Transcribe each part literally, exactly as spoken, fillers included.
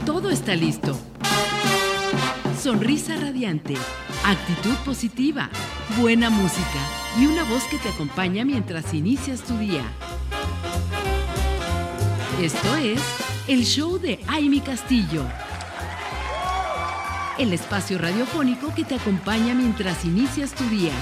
todo está listo. Sonrisa radiante, actitud positiva, buena música y una voz que te acompaña mientras inicias tu día. Esto es el show de Aimee Castillo. El espacio radiofónico que te acompaña mientras inicias tu día.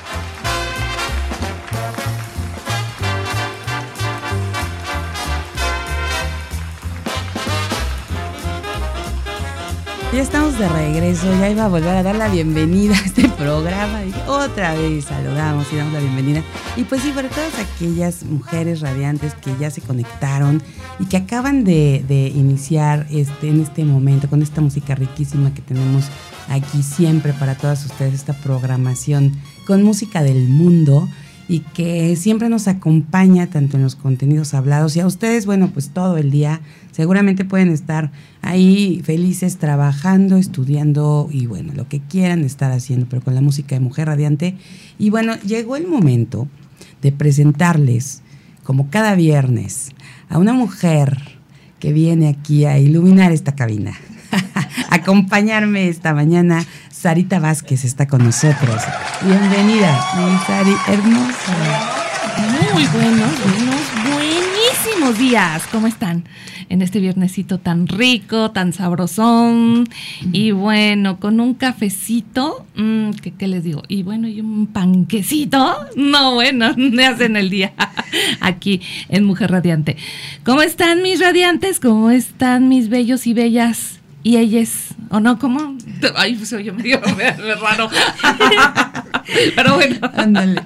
Ya estamos de regreso, ya iba a volver a dar la bienvenida a este programa. Dije, otra vez saludamos y damos la bienvenida. Y pues sí, para todas aquellas mujeres radiantes que ya se conectaron y que acaban de, de iniciar este, en este momento con esta música riquísima que tenemos aquí siempre para todas ustedes, esta programación con música del mundo y que siempre nos acompaña tanto en los contenidos hablados y a ustedes, bueno, pues todo el día seguramente pueden estar ahí felices trabajando, estudiando y bueno, lo que quieran estar haciendo, pero con la música de Mujer Radiante. Y bueno, llegó el momento de presentarles, como cada viernes, a una mujer que viene aquí a iluminar esta cabina. Acompañarme esta mañana, Sarita Vázquez está con nosotros. Bienvenida, mi Sari, hermosa. Muy buenos, buenos, buenísimos días. ¿Cómo están? En este viernesito tan rico, tan sabrosón. Y bueno, con un cafecito, mmm, ¿qué, ¿qué les digo? Y bueno, y un panquecito. No, bueno, me hacen el día aquí en Mujer Radiante. ¿Cómo están mis radiantes? ¿Cómo están mis bellos y bellas? Y ellas, ¿o no? ¿Cómo? Ay, pues oye, medio raro. Pero bueno. Ándale.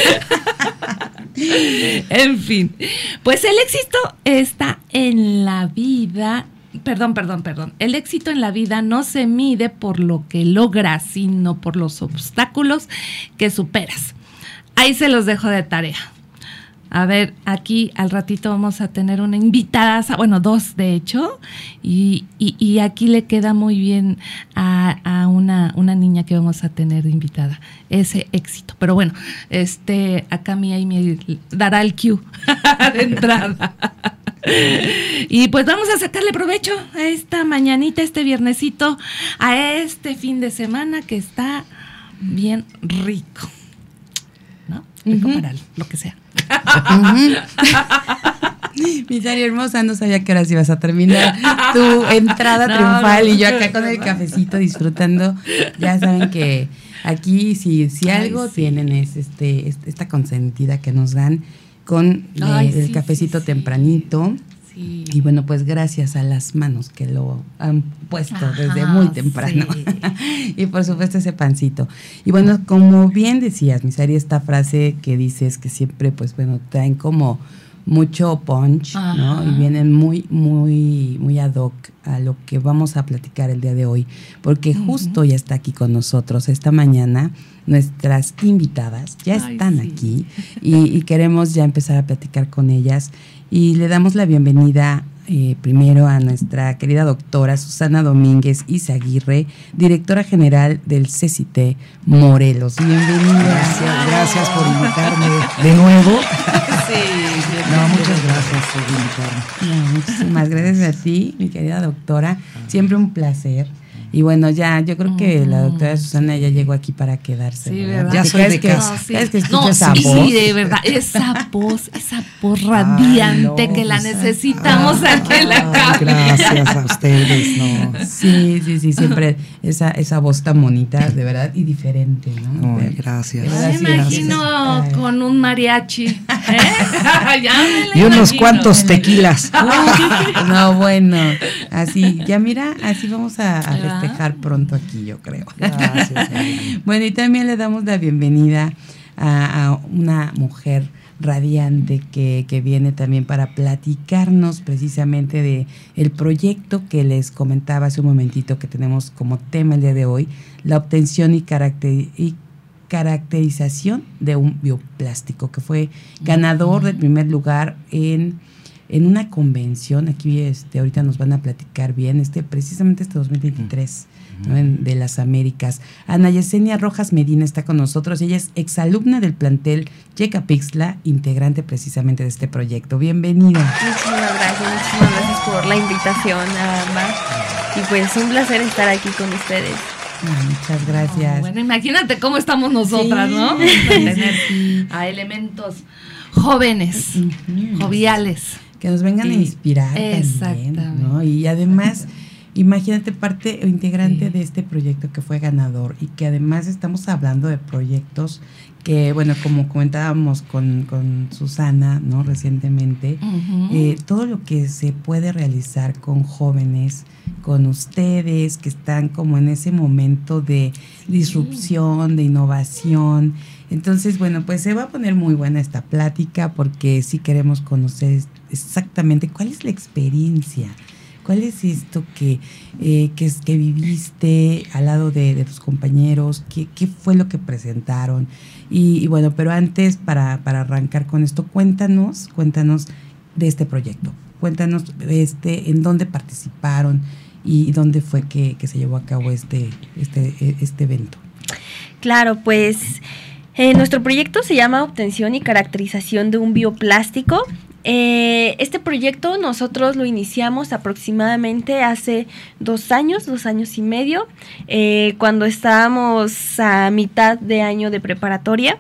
En fin, pues el éxito está en la vida. Perdón, perdón, perdón. El éxito en la vida no se mide por lo que logras, sino por los obstáculos que superas. Ahí se los dejo de tarea. A ver, aquí al ratito vamos a tener una invitada, bueno, dos de hecho, y, y, y aquí le queda muy bien a, a una, una niña que vamos a tener de invitada, ese éxito. Pero bueno, este acá mi Aimee dará el cue de entrada. Y pues vamos a sacarle provecho a esta mañanita, este viernesito, a este fin de semana que está bien rico, ¿no? Rico uh-huh. para lo que sea. Uh-huh. Mi Sari hermosa, no sabía que horas ibas a terminar tu entrada no, triunfal no, y yo acá con el cafecito disfrutando. Ya saben que aquí si, si algo Ay, sí. tienen es este, este esta consentida que nos dan con Ay, de, el sí, cafecito sí, tempranito. Sí. Y bueno, pues gracias a las manos que lo han puesto Ajá, desde muy temprano. Sí. Y por supuesto ese pancito. Y bueno, como bien decías, mi Sari, esta frase que dices que siempre, pues bueno, traen como mucho punch, Ajá. ¿no? Y vienen muy, muy, muy ad hoc a lo que vamos a platicar el día de hoy. Porque uh-huh. justo ya está aquí con nosotros esta mañana nuestras invitadas. Ya Ay, están sí. aquí y, y queremos ya empezar a platicar con ellas. Y le damos la bienvenida eh, primero a nuestra querida doctora Susana Domínguez Izaguirre, directora general del C E C I T Morelos. Bienvenida. Gracias, gracias por invitarme de nuevo. Sí, no, muchas gracias por invitarme. No, muchísimas gracias a ti, mi querida doctora. Siempre un placer. Y bueno, ya, yo creo que la doctora Susana ya llegó aquí para quedarse. Sí, ¿verdad? ¿verdad? Ya soy de que, casa. No, sí. ¿Sabes que escuchas no, esa sí, voz? Sí, de verdad, esa voz, esa voz radiante Ay, no, que la necesitamos ah, aquí en la casa. Gracias a ustedes, no. Sí, sí, sí, siempre esa, esa voz tan bonita, de verdad, y diferente, ¿no? Ay, gracias. Me imagino gracias. Con un mariachi, ¿eh? Ya me y unos imagino. cuantos tequilas. No, bueno, así, ya mira, así vamos a, a festejar pronto aquí, yo creo. Gracias. Bueno, y también le damos la bienvenida a, a una mujer radiante que, que viene también para platicarnos precisamente de el proyecto que les comentaba hace un momentito que tenemos como tema el día de hoy, la obtención y, caracter, y caracterización de un bioplástico, que fue ganador del primer lugar en en una convención, aquí este, ahorita nos van a platicar bien, este precisamente este dos mil veintitrés, uh-huh. ¿no? en, de las Américas. Ana Yesenia Rojas Medina está con nosotros, ella es exalumna del plantel Yecapixtla, integrante precisamente de este proyecto. Bienvenida. Muchísimas gracias, muchísimas gracias por la invitación, nada más. Y pues un placer estar aquí con ustedes. Ah, muchas gracias. Oh, bueno, imagínate cómo estamos nosotras, Sí. ¿no? Para tener a elementos jóvenes, Ujú. joviales. Que nos vengan Y- a inspirar también, exactamente. ¿no? Y además, imagínate parte o integrante Sí. de este proyecto que fue ganador y que además estamos hablando de proyectos que, bueno, como comentábamos con, con Susana, ¿no? Recientemente, Ujú. eh, todo lo que se puede realizar con jóvenes, con ustedes que están como en ese momento de disrupción, de innovación. Entonces, bueno, pues se va a poner muy buena esta plática porque sí queremos conocer exactamente cuál es la experiencia, cuál es esto que, eh, que, es- que viviste al lado de, de tus compañeros, qué, qué fue lo que presentaron. Y, y bueno, pero antes, para, para arrancar con esto, cuéntanos, cuéntanos de este proyecto. Cuéntanos este, en dónde participaron y dónde fue que, que se llevó a cabo este, este, este evento. Claro, pues eh, nuestro proyecto se llama Obtención y Caracterización de un Bioplástico. Eh, este proyecto nosotros lo iniciamos aproximadamente hace dos años, dos años y medio, eh, cuando estábamos a mitad de año de preparatoria.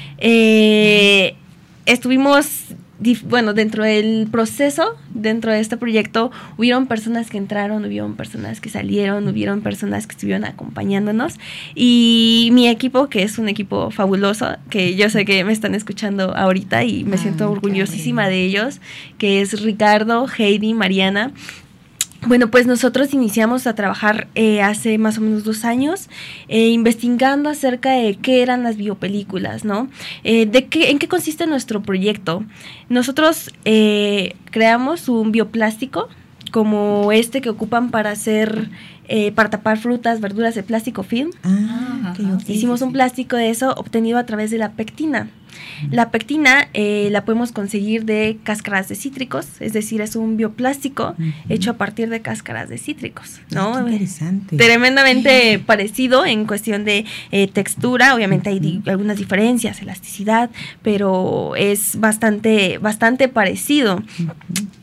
Eh, estuvimos, dif- bueno, dentro del proceso, dentro de este proyecto, hubieron personas que entraron, hubieron personas que salieron, hubieron personas que estuvieron acompañándonos. Y mi equipo, que es un equipo fabuloso, que yo sé que me están escuchando ahorita y me Ah, siento qué orgullosísima bueno. de ellos, que es Ricardo, Heidi, Mariana. Bueno, pues nosotros iniciamos a trabajar eh, hace más o menos dos años, eh, investigando acerca de qué eran las biopelículas, ¿no? Eh, de qué, ¿En qué consiste nuestro proyecto? Nosotros eh, creamos un bioplástico como este que ocupan para hacer, eh, para tapar frutas, verduras de plástico film. Ah, ok, Ajá. ok, Hicimos sí, un sí. plástico de eso obtenido a través de la pectina. La pectina eh, la podemos conseguir de cáscaras de cítricos, es decir, es un bioplástico Ujú. hecho a partir de cáscaras de cítricos, ¿no? Ah, qué interesante. Tremendamente parecido en cuestión de eh, textura, obviamente hay di- algunas diferencias, elasticidad, pero es bastante, bastante parecido. Ujú.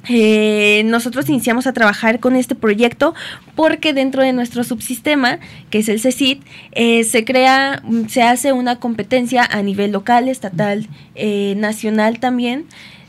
Eh, nosotros iniciamos a trabajar con este proyecto porque dentro de nuestro subsistema, que es el C E C I T, eh, se crea, mm, se hace una competencia a nivel local, estatal, eh, nacional también,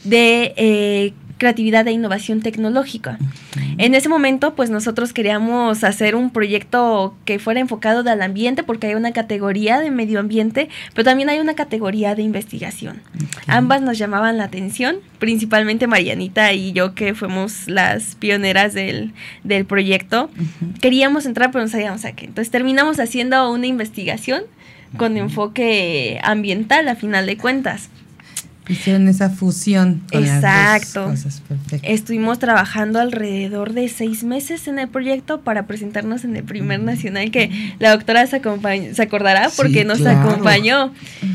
de eh, creatividad e innovación tecnológica. En ese momento, pues nosotros queríamos hacer un proyecto que fuera enfocado al ambiente, porque hay una categoría de medio ambiente, pero también hay una categoría de investigación. Ok. Ambas nos llamaban la atención, principalmente Marianita y yo, que fuimos las pioneras del, del proyecto. Ujú. Queríamos entrar, pero no sabíamos a qué. Entonces terminamos haciendo una investigación con enfoque ambiental, a final de cuentas. Hicieron esa fusión con Exacto. las dos cosas. Perfecto. Estuvimos trabajando alrededor de seis meses en el proyecto para presentarnos en el primer nacional, que la doctora se, acompañ- se acordará porque Sí, nos claro. acompañó.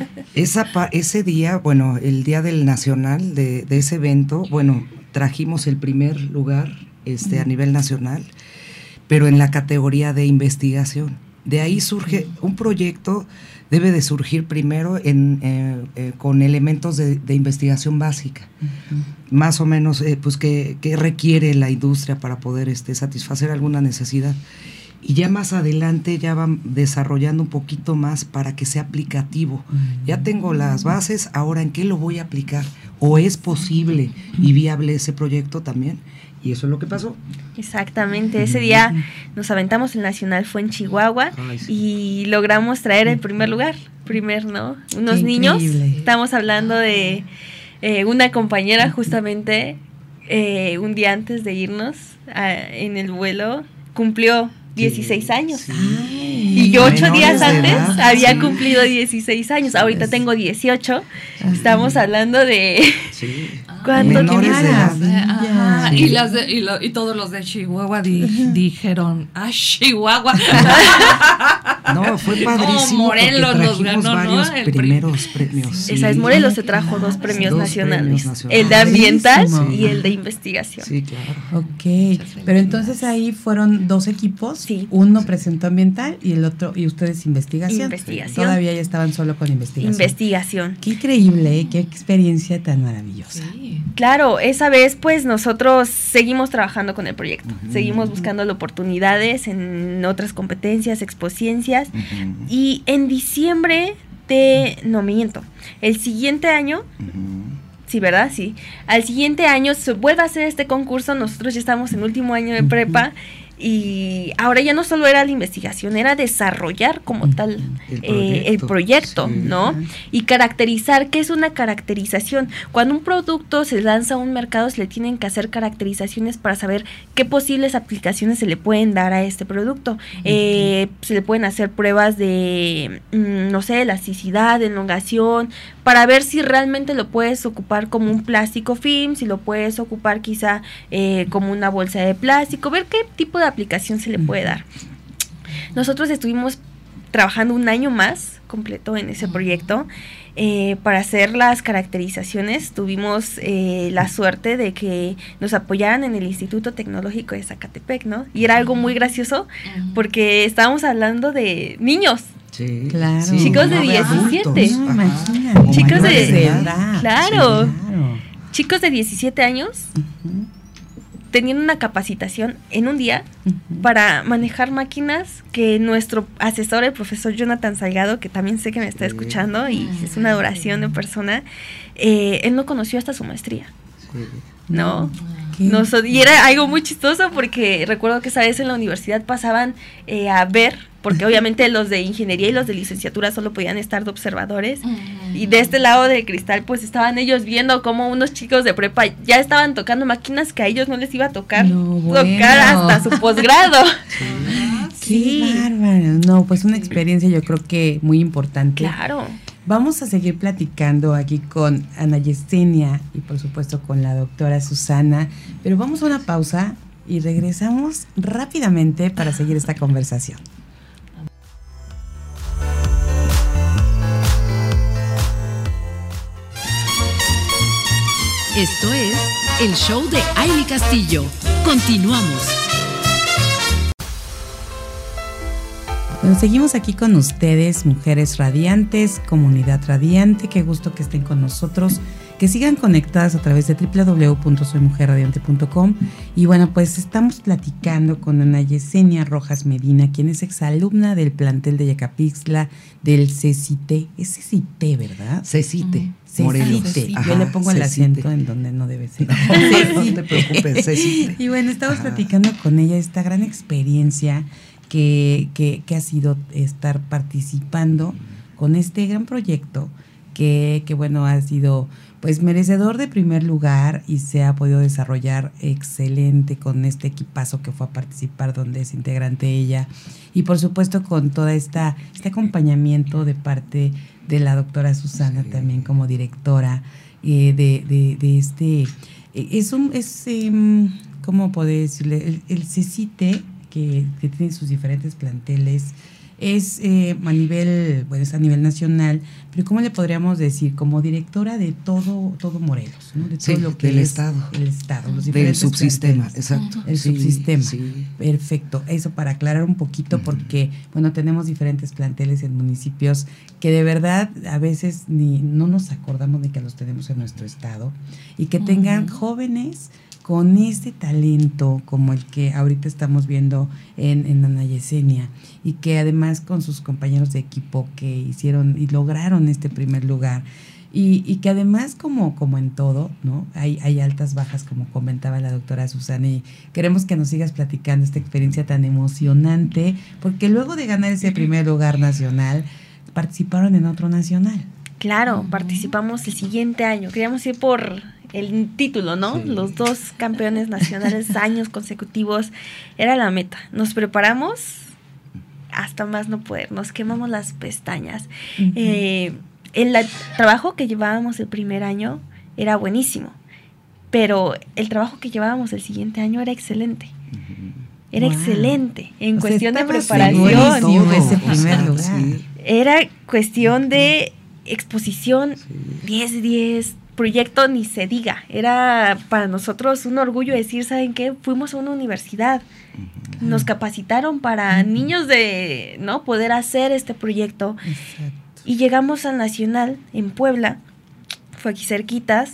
Esa pa- ese día, bueno, el día del nacional de, de ese evento, bueno, trajimos el primer lugar este, a nivel nacional, pero en la categoría de investigación. De ahí surge un proyecto, debe de surgir primero en, eh, eh, con elementos de, de investigación básica, Ujú. más o menos, eh, pues, que, que requiere la industria para poder este, satisfacer alguna necesidad. Y ya más adelante ya van desarrollando un poquito más para que sea aplicativo. Ya tengo las bases, ahora ¿en qué lo voy a aplicar? ¿O es posible y viable ese proyecto también? Y eso es lo que pasó. Exactamente, ese día nos aventamos, el nacional fue en Chihuahua Ay, sí. y logramos traer el primer lugar, primer, ¿no? Unos Qué niños, increíble. estamos hablando de eh, una compañera justamente eh, un día antes de irnos a- en el vuelo, cumplió dieciséis años. Sí. Ay, Y yo ocho Menores días de antes edad, había sí. cumplido dieciséis años. Ahorita Es- tengo dieciocho. Ajá. Estamos hablando de Sí. ¿cuánto Menores tiempo? de edad. Ajá, Sí. y, las de- y, lo- y todos los de Chihuahua di- dijeron, ¡ah, Chihuahua! No, fue padrísimo. Morelos porque nos trajimos ganó, ¿no? varios El pri- primeros premios. sí. Esa es Morelos, se trajo dos premios Dos nacionales. premios nacionales. El de ambiental Buenísimo. y el de investigación. Sí, claro. Ok, pero entonces ahí fueron dos equipos, Sí. uno presentó ambiental y el otro, y ustedes investigación. Investigación. Todavía ya estaban solo con investigación. Investigación. Qué increíble, ¿eh? Qué experiencia tan maravillosa. Sí. Sí. Claro, esa vez pues nosotros seguimos trabajando con el proyecto, uh-huh. seguimos buscando oportunidades en otras competencias, expociencias, uh-huh. y en diciembre de, no miento, el siguiente año, uh-huh. sí, ¿verdad? Sí, al siguiente año se vuelve a hacer este concurso, nosotros ya estamos en último año de prepa, y ahora ya no solo era la investigación, era desarrollar como tal el proyecto, eh, el proyecto sí. ¿no? Y caracterizar, ¿qué es una caracterización? Cuando un producto se lanza a un mercado, se le tienen que hacer caracterizaciones para saber qué posibles aplicaciones se le pueden dar a este producto. Uh-huh. Eh, se le pueden hacer pruebas de, mmm, no sé, elasticidad, elongación, para ver si realmente lo puedes ocupar como un plástico film, si lo puedes ocupar quizá eh, como una bolsa de plástico, ver qué tipo de aplicación se le puede dar. Nosotros estuvimos trabajando un año más completo en ese proyecto eh, para hacer las caracterizaciones. Tuvimos eh, la suerte de que nos apoyaran en el Instituto Tecnológico de Zacatepec, ¿no? Y era algo muy gracioso porque estábamos hablando de niños. Sí, claro. Sí, chicos de diecisiete. No, imagínate. Chicos de, de edad. Claro. Sí, claro. Chicos de diecisiete años uh-huh. teniendo una capacitación en un día uh-huh. para manejar máquinas que nuestro asesor, el profesor Jonathan Salgado, que también sé que me está escuchando y uh-huh. es una adoración de persona, eh, él no conoció hasta su maestría. Sí. ¿No? Nos, y era algo muy chistoso porque recuerdo que esa vez en la universidad pasaban eh, a ver, porque obviamente los de ingeniería y los de licenciatura solo podían estar de observadores, uh-huh. y de este lado del cristal pues estaban ellos viendo cómo unos chicos de prepa ya estaban tocando máquinas que a ellos no les iba a tocar no, bueno. tocar hasta su posgrado. Sí. Qué bárbaro. No, pues una experiencia yo creo que muy importante. Claro. Vamos a seguir platicando aquí con Ana Yesenia y por supuesto con la doctora Susana, pero vamos a una pausa y regresamos rápidamente para seguir esta conversación. Esto es el show de Ailey Castillo. Continuamos. Bueno, seguimos aquí con ustedes, mujeres radiantes, comunidad radiante. Qué gusto que estén con nosotros, que sigan conectadas a través de doble u doble u doble u punto soy mujer radiante punto com. Y bueno, pues estamos platicando con Ana Yesenia Rojas Medina, quien es exalumna del plantel de Yecapixtla del CECITE. Es CECITE, ¿verdad? CECITE. Uh-huh. CECITE. Yo le pongo el acento en donde no debe ser. No, no te preocupes, CECITE. Y bueno, estamos Ajá. platicando con ella esta gran experiencia Que, que, que ha sido estar participando con este gran proyecto que, que bueno, ha sido pues merecedor de primer lugar y se ha podido desarrollar excelente con este equipazo que fue a participar, donde es integrante ella, y por supuesto con toda esta este acompañamiento de parte de la doctora Susana, sí. también como directora eh, de, de, de este es un es eh, ¿cómo puedo decirle? El, el CECITE Que, que tiene sus diferentes planteles, es eh, a nivel, bueno, es a nivel nacional, pero ¿cómo le podríamos decir? Como directora de todo, todo Morelos, ¿no? De todo sí, lo que del es estado. El estado, los del subsistema, planteles. Exacto. El sí, subsistema, sí. Perfecto. Eso para aclarar un poquito, porque, bueno, tenemos diferentes planteles en municipios que de verdad a veces ni no nos acordamos de que los tenemos en nuestro estado, y que tengan uh-huh. jóvenes con este talento como el que ahorita estamos viendo en, en Ana Yesenia, y que además con sus compañeros de equipo que hicieron y lograron este primer lugar, y, y que además como, como en todo, ¿no? Hay, hay altas, bajas, como comentaba la doctora Susana, y queremos que nos sigas platicando esta experiencia tan emocionante, porque luego de ganar ese primer lugar nacional, participaron en otro nacional. Claro, uh-huh. participamos el siguiente año, queríamos ir por el título, ¿no? Sí. Los dos campeones nacionales años consecutivos, era la meta. Nos preparamos hasta más no poder, nos quemamos las pestañas. Uh-huh. Eh, el la, trabajo que llevábamos el primer año era buenísimo, pero el trabajo que llevábamos el siguiente año era excelente. Uh-huh. Era wow. excelente en o cuestión sea, de preparación. Todo, ese primer lugar. Sí. Era cuestión de exposición sí. diez de diez, proyecto ni se diga. Era para nosotros un orgullo decir, ¿saben qué? Fuimos a una universidad, uh-huh. nos capacitaron para uh-huh. niños de no poder hacer este proyecto. Exacto. Y llegamos al Nacional en Puebla, fue aquí cerquitas,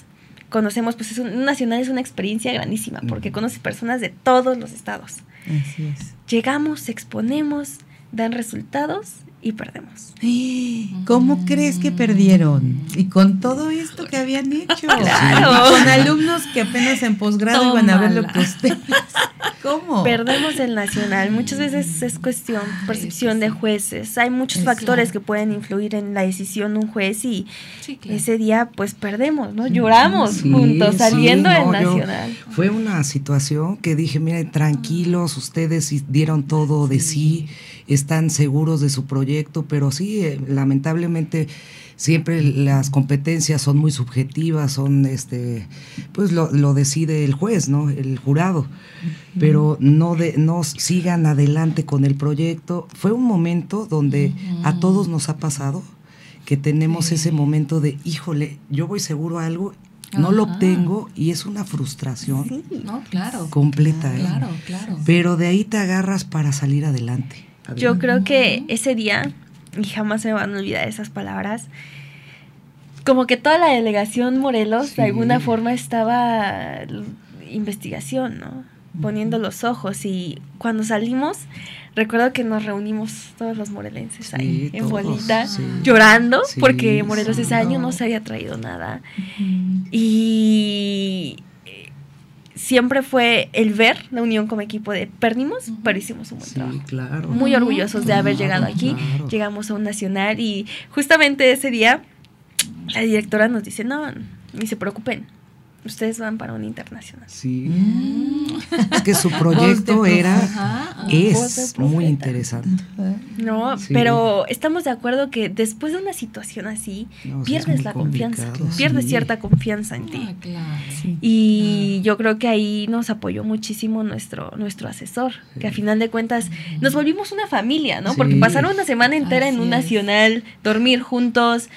conocemos, pues es un, un nacional es una experiencia grandísima, porque conoces personas de todos los estados. Así es. Llegamos, exponemos, dan resultados y perdemos. ¿Cómo mm. crees que perdieron? Y con todo esto que habían hecho. Claro. Y con alumnos que apenas en posgrado iban a ver lo que ustedes. ¿Cómo? Perdemos el nacional. Muchas veces es cuestión, percepción Ay, de jueces. Hay muchos es factores claro. que pueden influir en la decisión de un juez y sí, claro. ese día pues perdemos, ¿no? Lloramos sí, juntos saliendo sí, no, del nacional. Yo, fue una situación que dije, miren, tranquilos, ustedes dieron todo de sí, están seguros de su proyecto, pero sí, eh, lamentablemente siempre las competencias son muy subjetivas, son este, pues lo, lo decide el juez, ¿no? El jurado. Uh-huh. Pero no de, no sigan adelante con el proyecto. Fue un momento donde uh-huh. a todos nos ha pasado que tenemos sí. ese momento de, híjole, yo voy seguro a algo, no Ajá. lo obtengo y es una frustración sí. no, claro. completa. Claro, ¿eh? claro. Pero de ahí te agarras para salir adelante. adelante. Yo creo que ese día, y jamás me van a olvidar esas palabras, como que toda la delegación Morelos sí. de alguna forma estaba investigación, ¿no? Poniendo los ojos, y cuando salimos recuerdo que nos reunimos todos los morelenses sí, ahí en todos, bolita sí. llorando sí, porque Morelos sí, ese año no. no se había traído nada uh-huh. y siempre fue el ver la unión como equipo de perdimos, uh-huh. pero hicimos un buen sí, trabajo. Claro. Muy orgullosos de haber llegado aquí, claro. llegamos a un nacional y justamente ese día la directora nos dice, no, ni se preocupen, ustedes van para un internacional. Sí. Mm. Es que su proyecto era, Ajá. es muy interesante. No, sí. pero estamos de acuerdo que después de una situación así, no, pierdes sí, la confianza, sí. pierdes cierta confianza en ti. Ah, claro. sí. Y ah. yo creo que ahí nos apoyó muchísimo nuestro, nuestro asesor, sí. que a final de cuentas nos volvimos una familia, ¿no? Sí. Porque pasaron una semana entera así en un es. nacional, dormir juntos,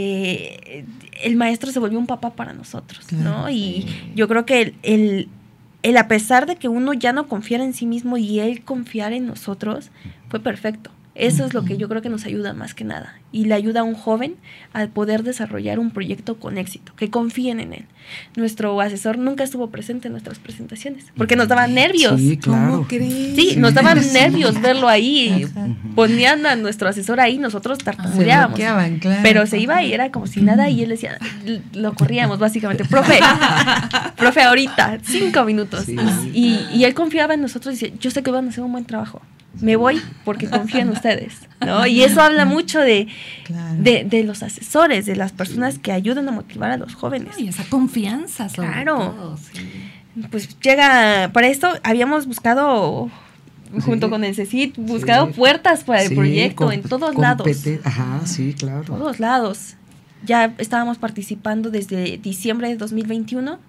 eh, el maestro se volvió un papá para nosotros, claro, ¿no? Y sí. yo creo que el, el, el a pesar de que uno ya no confiara en sí mismo y él confiar en nosotros, fue perfecto. Eso uh-huh. es lo que yo creo que nos ayuda más que nada. Y le ayuda a un joven a poder desarrollar un proyecto con éxito, que confíen en él. Nuestro asesor nunca estuvo presente en nuestras presentaciones, porque nos daba nervios. Sí, claro. ¿Cómo crees? Sí, nos daban nervios verlo ahí. Ajá. Ponían a nuestro asesor ahí, nosotros tartamudeábamos. Claro. Pero se iba y era como si nada, y él decía, lo corríamos básicamente. Profe, profe, ahorita, cinco minutos. Sí. Y, y él confiaba en nosotros y decía, yo sé que van a hacer un buen trabajo. Me voy porque confío en ustedes, ¿no? Y eso habla mucho de, claro. de, de los asesores, de las personas que ayudan a motivar a los jóvenes. Y esa confianza, sobre claro. todo. Sí. Pues llega, para esto habíamos buscado, junto sí. con el CECIT, buscado sí. puertas para el sí, proyecto com- en todos lados. Ajá, sí, claro. Todos lados. Ya estábamos participando desde diciembre de dos mil veintiuno.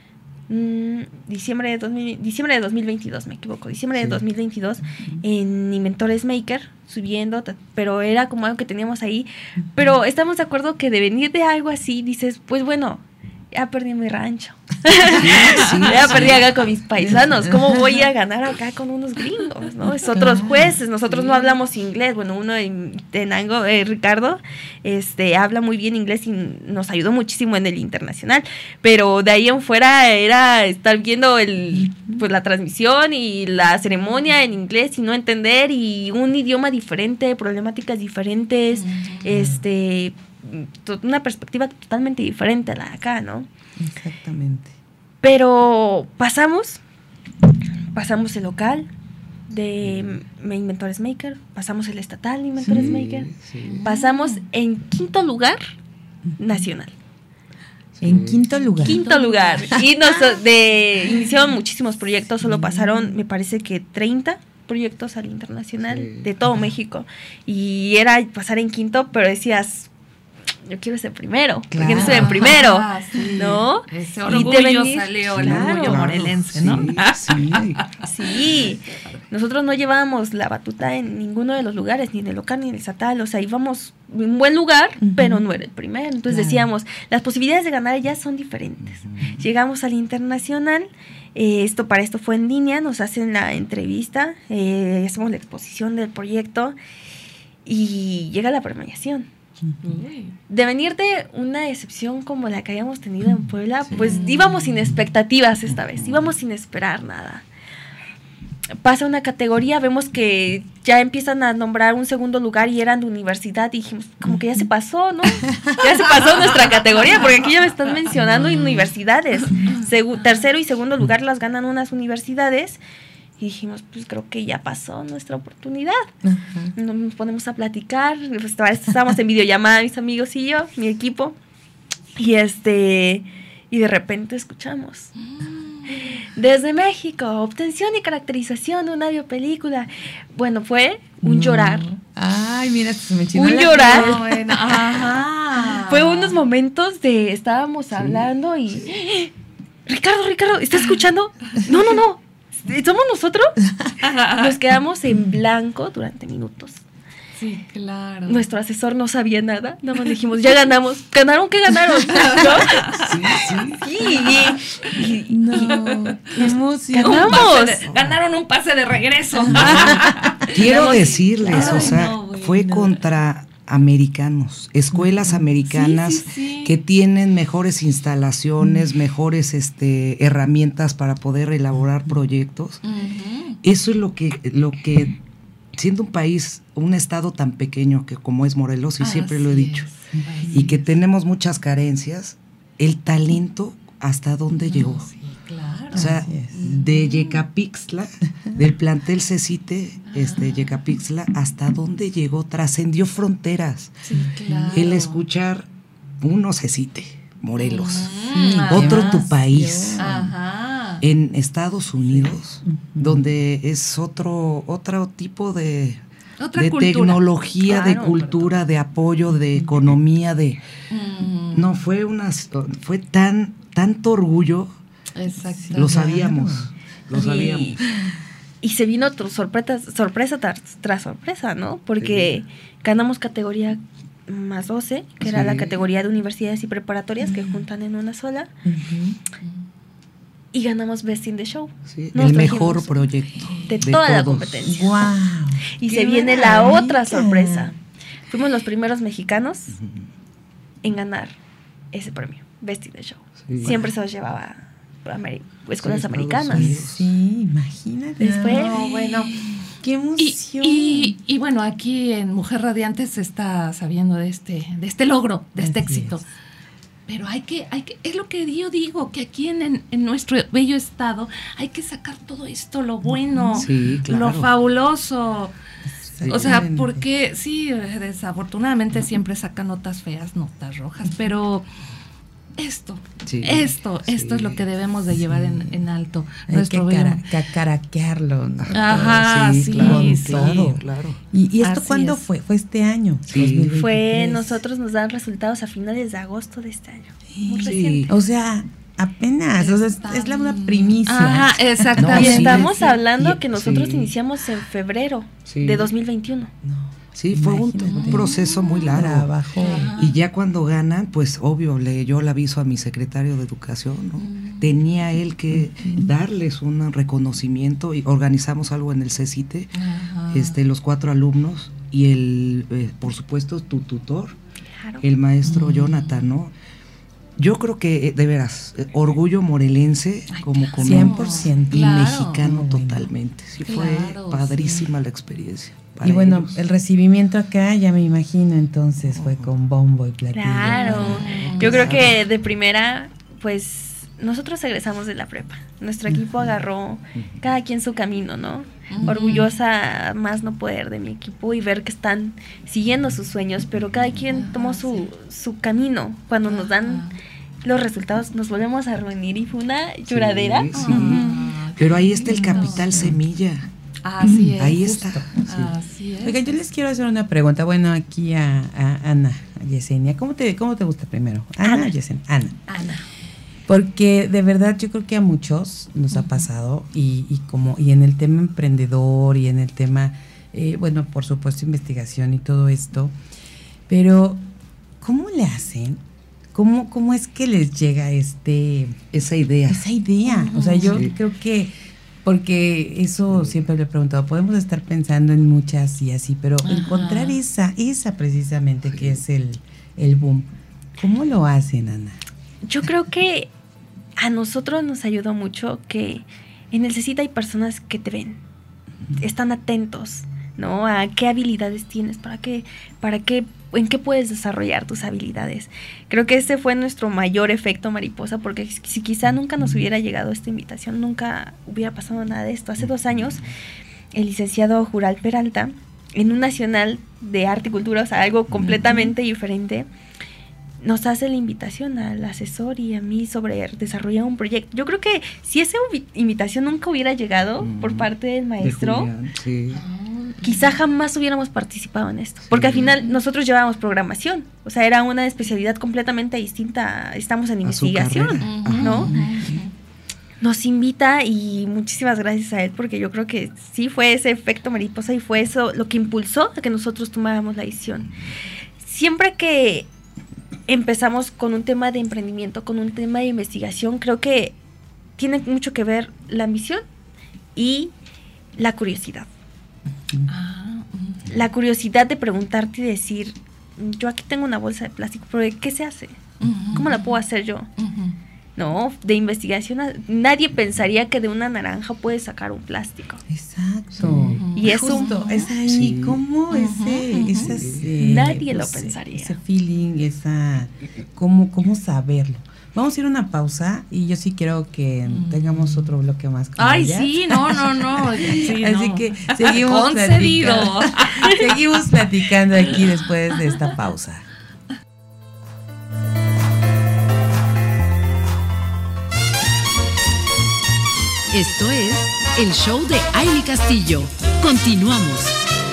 Mm, diciembre de dos mil, diciembre de dos mil veintidós, me equivoco, diciembre sí. de dos mil veintidós en Inventores Maker, subiendo, pero era como algo que teníamos ahí, pero estamos de acuerdo que de venir de algo así, dices, pues bueno, ya perdí mi rancho, sí, sí, ya sí. perdí acá con mis paisanos, ¿cómo voy a ganar acá con unos gringos? ¿No? Es otros jueces, nosotros sí. no hablamos inglés, bueno, uno en Tenango, eh, Ricardo, este, habla muy bien inglés y nos ayudó muchísimo en el internacional, pero de ahí en fuera era estar viendo el, pues la transmisión y la ceremonia en inglés y no entender, y un idioma diferente, problemáticas diferentes, uh-huh. este... una perspectiva totalmente diferente a la de acá, ¿no? Exactamente. Pero pasamos, pasamos el local de Inventores Maker, pasamos el estatal de Inventores sí, Maker, sí. pasamos en quinto lugar nacional. Sí. En quinto lugar. Quinto lugar. Y nos de, iniciaron muchísimos proyectos, solo pasaron, me parece que treinta proyectos al internacional sí. de todo México. Y era pasar en quinto, pero decías, yo quiero ser primero, claro. porque no soy en primero, ah, sí. ¿no? Ese orgullo venir, salió, el claro, orgullo morelense, ¿no? Sí, sí. sí, nosotros no llevábamos la batuta en ninguno de los lugares, ni en el local ni en el estatal, o sea, íbamos en un buen lugar, uh-huh. pero no era el primero, entonces claro. decíamos, las posibilidades de ganar ya son diferentes. Uh-huh. Llegamos al internacional, eh, esto para esto fue en línea, nos hacen la entrevista, eh, hacemos la exposición del proyecto, y llega la premiación. De venir de una decepción como la que habíamos tenido en Puebla, sí. pues íbamos sin expectativas esta vez, íbamos sin esperar nada. Pasa una categoría, vemos que ya empiezan a nombrar un segundo lugar y eran de universidad y dijimos, como que ya se pasó, ¿no? Ya se pasó nuestra categoría, porque aquí ya me están mencionando universidades. Segu- tercero y segundo lugar las ganan unas universidades. Y dijimos, pues creo que ya pasó nuestra oportunidad. Uh-huh. Nos ponemos a platicar, pues, estábamos en videollamada mis amigos y yo, mi equipo, y este y de repente escuchamos desde México, obtención y caracterización de una biopelícula. Bueno, fue un no. llorar. Ay, mira, se me chinó un la llorar. No, bueno. Ajá. Fue unos momentos de estábamos sí. hablando y Ricardo, Ricardo, ¿estás escuchando? No, no, no. ¿Somos nosotros? Nos quedamos en blanco durante minutos. Sí, claro. Nuestro asesor no sabía nada. Nada más dijimos, ya ganamos. ¿Ganaron? ¿Qué ganaron? ¿No? Sí, sí. Sí. Y, y, no, qué emoción. ¡Ganamos! De, ganaron un pase de regreso. Quiero decirles, Ay, o sea, no, bueno. fue contra americanos, escuelas americanas sí, sí, sí. que tienen mejores instalaciones, mejores este, herramientas para poder elaborar proyectos. Uh-huh. Eso es lo que, lo que, siendo un país, un estado tan pequeño que como es Morelos, y ah, siempre lo he dicho, es. y que tenemos muchas carencias, el talento hasta dónde no, llegó. Sí, claro. O sea, de Yecapixtla, del plantel Cecite, este, Yecapixtla, hasta dónde llegó, trascendió fronteras. Sí, claro. El escuchar uno Cecite, Morelos, Mm, otro además, tu país, ajá. en Estados Unidos, uh-huh. donde es otro, otro tipo de, de tecnología, claro, de cultura, de apoyo, de economía, de uh-huh. no, fue una fue tan tanto orgullo. Exacto. Lo sabíamos, lo sabíamos. Y, y se vino otro sorpresa, sorpresa tras, tras sorpresa, ¿no? Porque sí. ganamos categoría más doce, que sí. era la categoría de universidades y preparatorias uh-huh. que juntan en una sola. Uh-huh. Y ganamos Best in the Show. Sí, el mejor proyecto de, de toda todos. La competencia. Wow. Y se viene la otra sorpresa. Fuimos los primeros mexicanos uh-huh. en ganar ese premio, Best in the Show. Sí. Siempre se los llevaba Ameri- escuelas sí, americanas. Sí, imagínate. Después, no, bueno, qué emoción. Y, y, y bueno, aquí en Mujer Radiante se está sabiendo de este, de este logro, de este Así éxito. Es. Pero hay que, hay que, es lo que yo digo, que aquí en, en, en nuestro bello estado hay que sacar todo esto, lo bueno, sí, claro. lo fabuloso. Sí. O sea, porque sí, desafortunadamente siempre sacan notas feas, notas rojas, pero esto, sí, esto, sí, esto es lo que debemos de llevar sí. en, en alto. Hay nuestro que cara, cacaraquearlo. ¿No? Ajá, sí, sí, claro, sí, todo. Claro. ¿Y, y esto Así cuándo es. fue? ¿Fue este año? Sí. Fue, nosotros nos dan resultados a finales de agosto de este año. Muy sí. reciente. O sea, apenas, o sea, es, es la una primicia. Ajá, exactamente. No, y estamos sí, hablando sí, que nosotros sí. iniciamos en febrero sí. de dos mil veintiuno. No. Sí, fue un, un proceso muy largo. Trabajo. Y ya cuando ganan, pues obvio, le yo le aviso a mi secretario de Educación, ¿no? Uh-huh. Tenía él que uh-huh. darles un reconocimiento y organizamos algo en el Cecite, uh-huh. este, los cuatro alumnos y el, eh, por supuesto, tu tutor, claro. el maestro uh-huh. Jonathan, ¿no? Yo creo que, de veras, eh, orgullo morelense Ay, como claro. cien por ciento. y claro. mexicano Muy bueno. totalmente. Sí, Claro, fue padrísima sí. la experiencia. Y bueno, ellos. el recibimiento acá, ya me imagino, entonces fue con bombo y platillo. Claro, Ah, yo creo claro. que de primera, pues nosotros egresamos de la prepa. Nuestro equipo agarró cada quien su camino, ¿no? Uh-huh. Orgullosa más no poder de mi equipo y ver que están siguiendo sus sueños, pero cada quien tomó su, su camino. Cuando nos dan los resultados, nos volvemos a reunir y fue una lloradera. Sí, sí. Uh-huh. Pero ahí está el capital semilla. Así es. Ahí está. Así es. Oiga, yo les quiero hacer una pregunta. Bueno, aquí a, a Ana, a Yesenia. ¿Cómo te, ¿Cómo te gusta primero? Ana, Ana. o Yesenia. Ana. Ana. Porque de verdad yo creo que a muchos nos ha pasado y, y como y en el tema emprendedor y en el tema, eh, bueno, por supuesto investigación y todo esto, pero ¿cómo le hacen? ¿Cómo, cómo es que les llega este esa idea? Esa idea. Uh-huh. O sea, yo sí. creo que porque eso siempre le he preguntado, podemos estar pensando en muchas y así, pero Ajá. encontrar esa, esa precisamente que es el, el boom, ¿cómo lo hacen, Ana? Yo creo que a nosotros nos ayudó mucho que en el CECIT hay personas que te ven, están atentos, ¿no? A qué habilidades tienes, para qué, para qué, en qué puedes desarrollar tus habilidades. Creo que ese fue nuestro mayor efecto mariposa, porque si quizá nunca nos hubiera llegado esta invitación, nunca hubiera pasado nada de esto. Hace dos años, el licenciado Jural Peralta, en un nacional de arte y cultura, o sea, algo completamente diferente, nos hace la invitación al asesor y a mí sobre desarrollar un proyecto. Yo creo que si esa invitación nunca hubiera llegado mm, por parte del maestro, de Julián, sí. quizá jamás hubiéramos participado en esto. Porque sí. al final nosotros llevábamos programación. O sea, era una especialidad completamente distinta. Estamos en investigación, ¿no? Nos invita y muchísimas gracias a él, porque yo creo que sí fue ese efecto mariposa y fue eso lo que impulsó a que nosotros tomáramos la decisión. Siempre que empezamos con un tema de emprendimiento, con un tema de investigación, creo que tiene mucho que ver la ambición y la curiosidad. Ah, uh-huh. La curiosidad de preguntarte y decir, yo aquí tengo una bolsa de plástico, pero ¿de qué se hace? Uh-huh. ¿Cómo la puedo hacer yo? Uh-huh. No, de investigación, nadie pensaría que de una naranja puedes sacar un plástico. Exacto. Uh-huh. Y eso justo es ahí, sí. ¿Cómo uh-huh. ese, uh-huh. esas, eh, nadie pues, lo pensaría. Ese feeling, esa, cómo, cómo saberlo. Vamos a ir a una pausa y yo sí quiero que mm. tengamos otro bloque más. Ay, ellas. sí, no, no, no. Sí, Así no. que seguimos platicando. Seguimos platicando aquí después de esta pausa. Esto es el show de Ailey Castillo. Continuamos.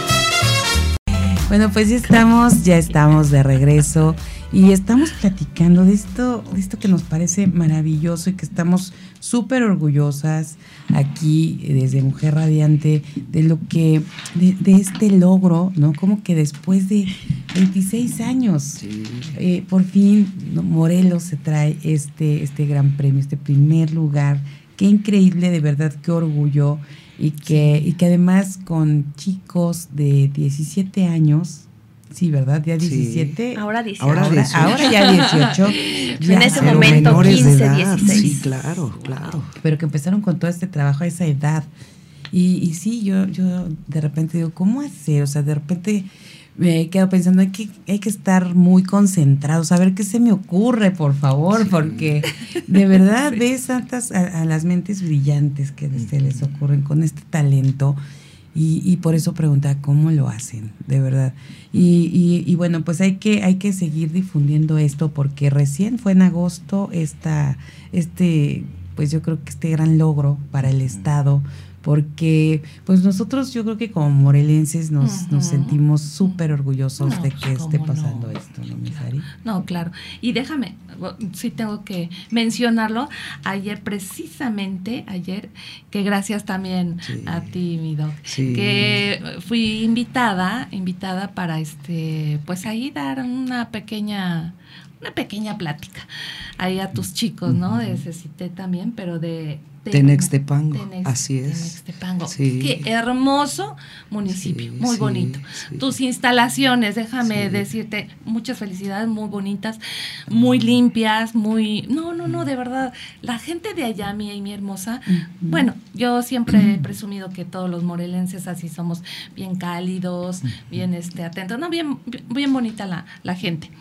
Bueno, pues ya estamos, ya estamos de regreso y estamos platicando de esto, de esto que nos parece maravilloso y que estamos súper orgullosas aquí desde Mujer Radiante de lo que, de, de este logro, ¿no? Como que después de veintiséis años, sí. eh, por fin ¿no? Morelos se trae este, este gran premio, este primer lugar. Qué increíble, de verdad, qué orgullo. Y que, sí. y que además con chicos de diecisiete años, sí, ¿verdad? ¿Ya diecisiete? Sí. Ahora dieciocho. Ahora, ahora, ahora ya dieciocho. Ya, en ese momento quince, dieciséis. Sí, claro, claro. Pero que empezaron con todo este trabajo a esa edad. Y, y sí, yo, yo de repente digo, ¿cómo hacer? O sea, de repente me quedo pensando, hay que, hay que estar muy concentrados, a ver qué se me ocurre, por favor, sí. porque de verdad sí. ves tantas a, a las mentes brillantes que se les ocurren con este talento y, y por eso pregunta cómo lo hacen, de verdad. Y, y, y bueno, pues hay que, hay que seguir difundiendo esto porque recién fue en agosto esta, este, pues yo creo que este gran logro para el Estado, porque pues nosotros yo creo que como morelenses nos, uh-huh. nos sentimos súper orgullosos no, de que esté pasando no. esto, ¿no, mi Sari? No, claro. Y déjame, sí tengo que mencionarlo, ayer precisamente, ayer, que gracias también sí. a ti, mi doc, sí. que fui invitada, invitada para este, pues ahí dar una pequeña... una pequeña plática ahí a tus chicos, ¿no? De CECITE también, pero de... Tenextepango, Tenex, así es. Tenextepango. Sí. Qué hermoso municipio, sí, muy sí, bonito. Sí. Tus instalaciones, déjame sí. decirte, muchas felicidades, muy bonitas, muy limpias, muy... No, no, no, de verdad, la gente de allá, mi y mi hermosa, uh-huh. bueno, yo siempre uh-huh. he presumido que todos los morelenses así somos bien cálidos, uh-huh. bien este, atentos, no, bien, bien bonita la, la gente.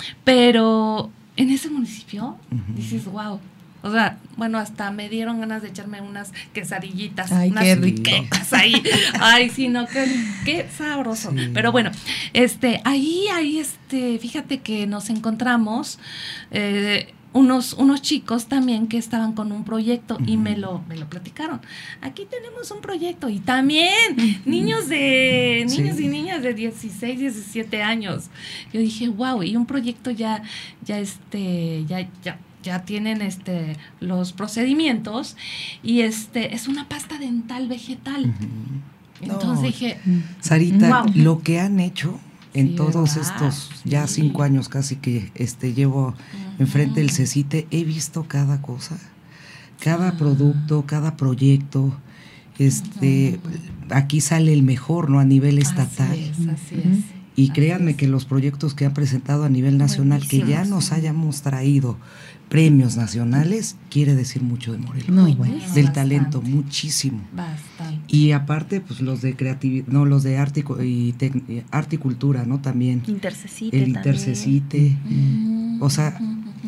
Pero en ese municipio uh-huh. dices, wow. O sea, bueno, hasta me dieron ganas de echarme unas quesadillitas, Ay, unas qué riquetas ahí. Ay, sí, no, qué, qué sabroso. Sí. Pero bueno, este, ahí, ahí, este, fíjate que nos encontramos eh, unos, unos chicos también que estaban con un proyecto uh-huh. y me lo, me lo platicaron. Aquí tenemos un proyecto y también uh-huh. niños de, niños sí. y niñas de dieciséis, diecisiete años. Yo dije, wow, y un proyecto ya, ya, este, ya, ya. ya tienen este los procedimientos y este es una pasta dental vegetal. Uh-huh. Entonces no, dije, Sarita, wow. lo que han hecho en sí, todos ¿verdad? estos ya sí. cinco años casi que este llevo uh-huh. enfrente del CECITE, he visto cada cosa, cada uh-huh. producto, cada proyecto. este, uh-huh. aquí sale el mejor, ¿no? A nivel estatal. Así es, así es. Y créanme que los proyectos que han presentado a nivel nacional, buenísimo, que ya nos hayamos traído premios nacionales, quiere decir mucho de Morelos. No, bueno, del bastante. talento, muchísimo. Bastante. Y aparte, pues los de creatividad, no, los de arte y, tec- arte y cultura, ¿no? También. Intercecite. El Intercecite. Mm. O sea,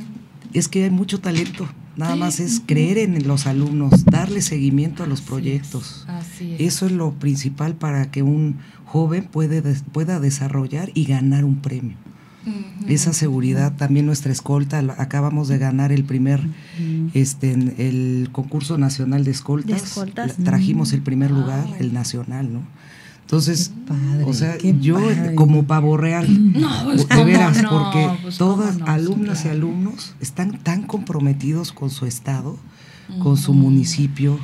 es que hay mucho talento. Nada más es creer en los alumnos, darle seguimiento a los Así proyectos. es, así es. Eso es lo principal para que un joven puede des- pueda desarrollar y ganar un premio. Uh-huh. Esa seguridad, también nuestra escolta, la, acabamos de ganar el primer, uh-huh. este, el concurso nacional de escoltas, de escoltas. La, trajimos el primer lugar, Wow. el nacional, ¿no? Entonces, padre, o sea, qué yo padre. como pavo real, No, pues, de ¿cómo veras, no? porque Pues, todas ¿cómo no? alumnas Claro. y alumnos están tan comprometidos con su estado, uh-huh. con su municipio.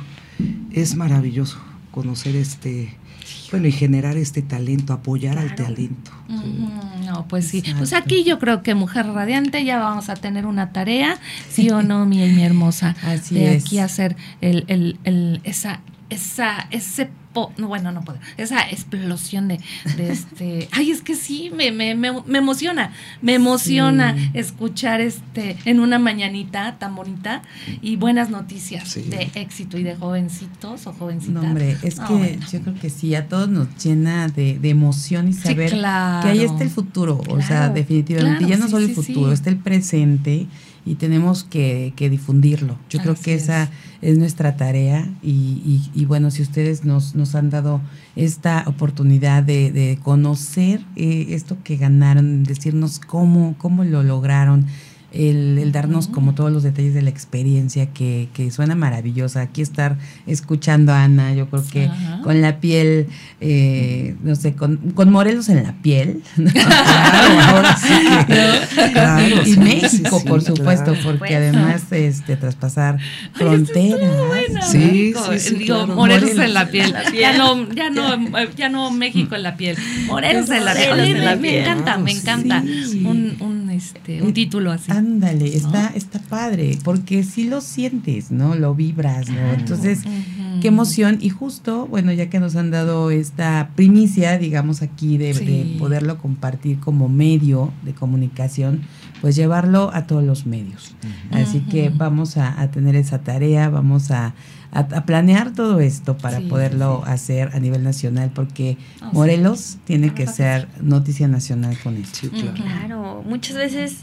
Es maravilloso conocer este, bueno, y generar este talento, apoyar claro. al talento. Uh-huh. Sí. No, pues sí. Exacto. Pues aquí yo creo que Mujer Radiante ya vamos a tener una tarea, sí o no, mi, mi hermosa. Así de es. aquí hacer el, el, el, esa, esa, ese po, no, bueno, no puedo, esa explosión de, de este, ay, es que sí, me, me, me, me emociona, me emociona sí. escuchar este en una mañanita tan bonita y buenas noticias sí. de éxito y de jovencitos o jovencitas. No, hombre, es no, que bueno. yo creo que sí, a todos nos llena de, de emoción y saber sí, claro. que ahí está el futuro, claro, o sea, definitivamente, claro, ya no sí, solo sí, el futuro, sí. está el presente y tenemos que, que difundirlo. Yo creo Así que es. esa es nuestra tarea y, y, y bueno, si ustedes nos, nos han dado esta oportunidad de, de conocer eh, esto que ganaron, decirnos cómo, cómo lo lograron, el, el darnos como todos los detalles de la experiencia que, que suena maravillosa. Aquí estar escuchando a Ana, yo creo que Ajá. con la piel, eh, no sé, con, con Morelos en la piel. Claro, ahora sí. ¿No? Claro, y sí, México, sí, por sí, supuesto, claro. porque Pues, además este traspasar fronteras. Bueno, sí, México, sí, sí, digo, claro. Morelos, Morelos en la piel. la piel. Ya no, ya no, ya no México en la piel. Morelos en la piel. Morelos Oye, en la me, me piel. encanta, me Sí. encanta Sí. un, un este un título así. Ándale, ¿no? está, está padre, porque sí lo sientes, ¿no? Lo vibras, ¿no? Entonces, Uh-huh. qué emoción. Y justo, bueno, ya que nos han dado esta primicia, digamos aquí, de, Sí. de poderlo compartir como medio de comunicación, pues llevarlo a todos los medios. Uh-huh. Así Ujú. que vamos a, a tener esa tarea, vamos a, a, a planear todo esto para Sí, poderlo sí. hacer a nivel nacional, porque Oh, Morelos sí. tiene que Claro. ser noticia nacional con esto. Sí, claro. Ujú. Claro, muchas veces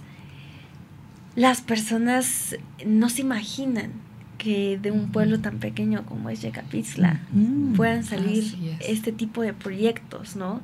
las personas no se imaginan que de un pueblo tan pequeño como es Yecapixtla Mm. puedan salir Así es. este tipo de proyectos, ¿no?